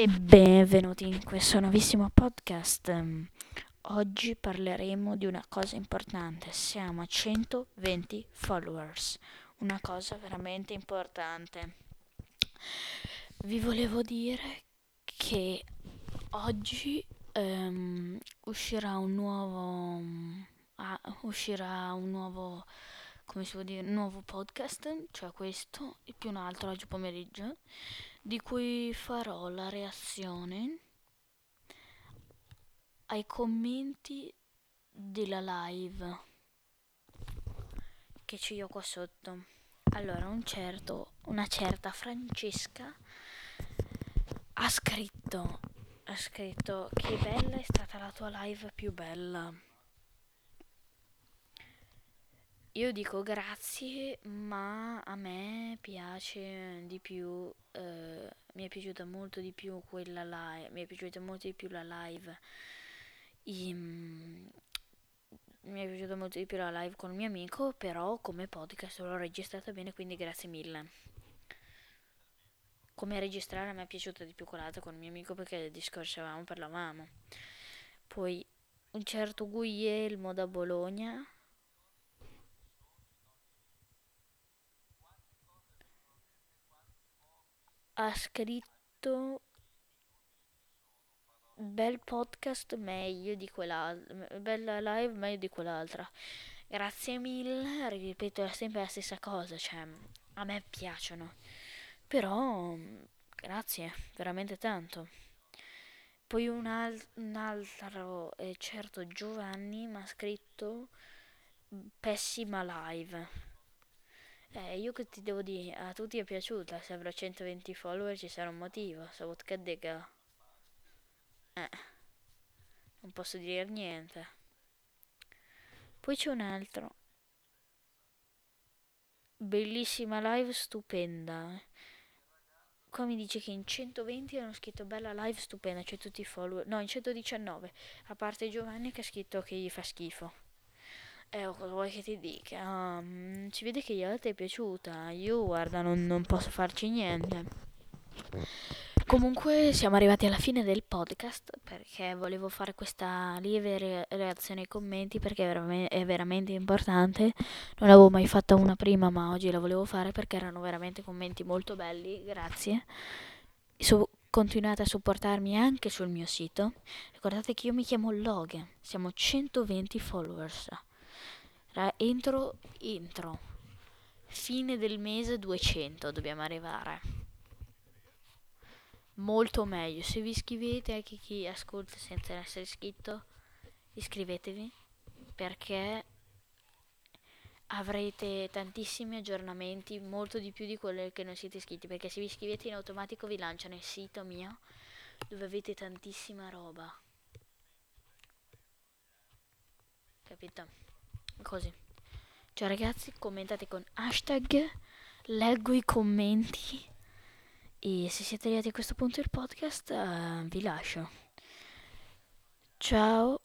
E benvenuti in questo nuovissimo podcast. Oggi parleremo di una cosa importante. Siamo a 120 followers, una cosa veramente importante. Vi volevo dire che oggi uscirà un nuovo, come si può dire, un nuovo podcast, cioè questo e più un altro oggi pomeriggio, di cui farò la reazione ai commenti della live che c'ho io qua sotto. Allora, una certa Francesca ha scritto che bella è stata la tua live più bella. Io dico grazie, ma a me piace di più, mi è piaciuta molto di più quella live, mi è piaciuta molto di più la live. Mi è piaciuta molto di più la live con il mio amico, però come podcast l'ho registrata bene, quindi grazie mille. Come registrare a me è piaciuta di più quell'altra con il mio amico perché discorrevamo, parlavamo. Poi un certo Guglielmo da Bologna ha scritto bel podcast meglio di quell'altra, bella live meglio di quell'altra. Grazie mille, ripeto sempre la stessa cosa, cioè a me piacciono, però grazie, veramente tanto. Poi un altro, certo Giovanni mi ha scritto pessima live. Io che ti devo dire, a tutti è piaciuta, se avrò 120 follower ci sarà un motivo, saput che dica. Eh, non posso dire niente. Poi c'è un altro, bellissima live, stupenda. Qua mi dice che in 120 hanno scritto bella live, stupenda, c'è tutti i follower. No, in 119, a parte Giovanni che ha scritto che gli fa schifo. Cosa vuoi che ti dica? Si vede che gli altri è piaciuta. Io, guarda, non posso farci niente. Comunque siamo arrivati alla fine del podcast perché volevo fare questa lieve reazione ai commenti perché è veramente importante. Non l'avevo mai fatta una prima, ma oggi la volevo fare perché erano veramente commenti molto belli. Grazie. Continuate a supportarmi anche sul mio sito. Ricordate che io mi chiamo Logan. Siamo 120 followers. Entro fine del mese 200 dobbiamo arrivare. Molto meglio. Se vi iscrivete, anche chi ascolta senza essere iscritto, iscrivetevi perché avrete tantissimi aggiornamenti, molto di più di quelli che non siete iscritti, perché se vi iscrivete in automatico vi lanciano il sito mio dove avete tantissima roba. Capito? Così. Ciao ragazzi, commentate con hashtag, leggo i commenti e se siete arrivati a questo punto del podcast vi lascio. Ciao.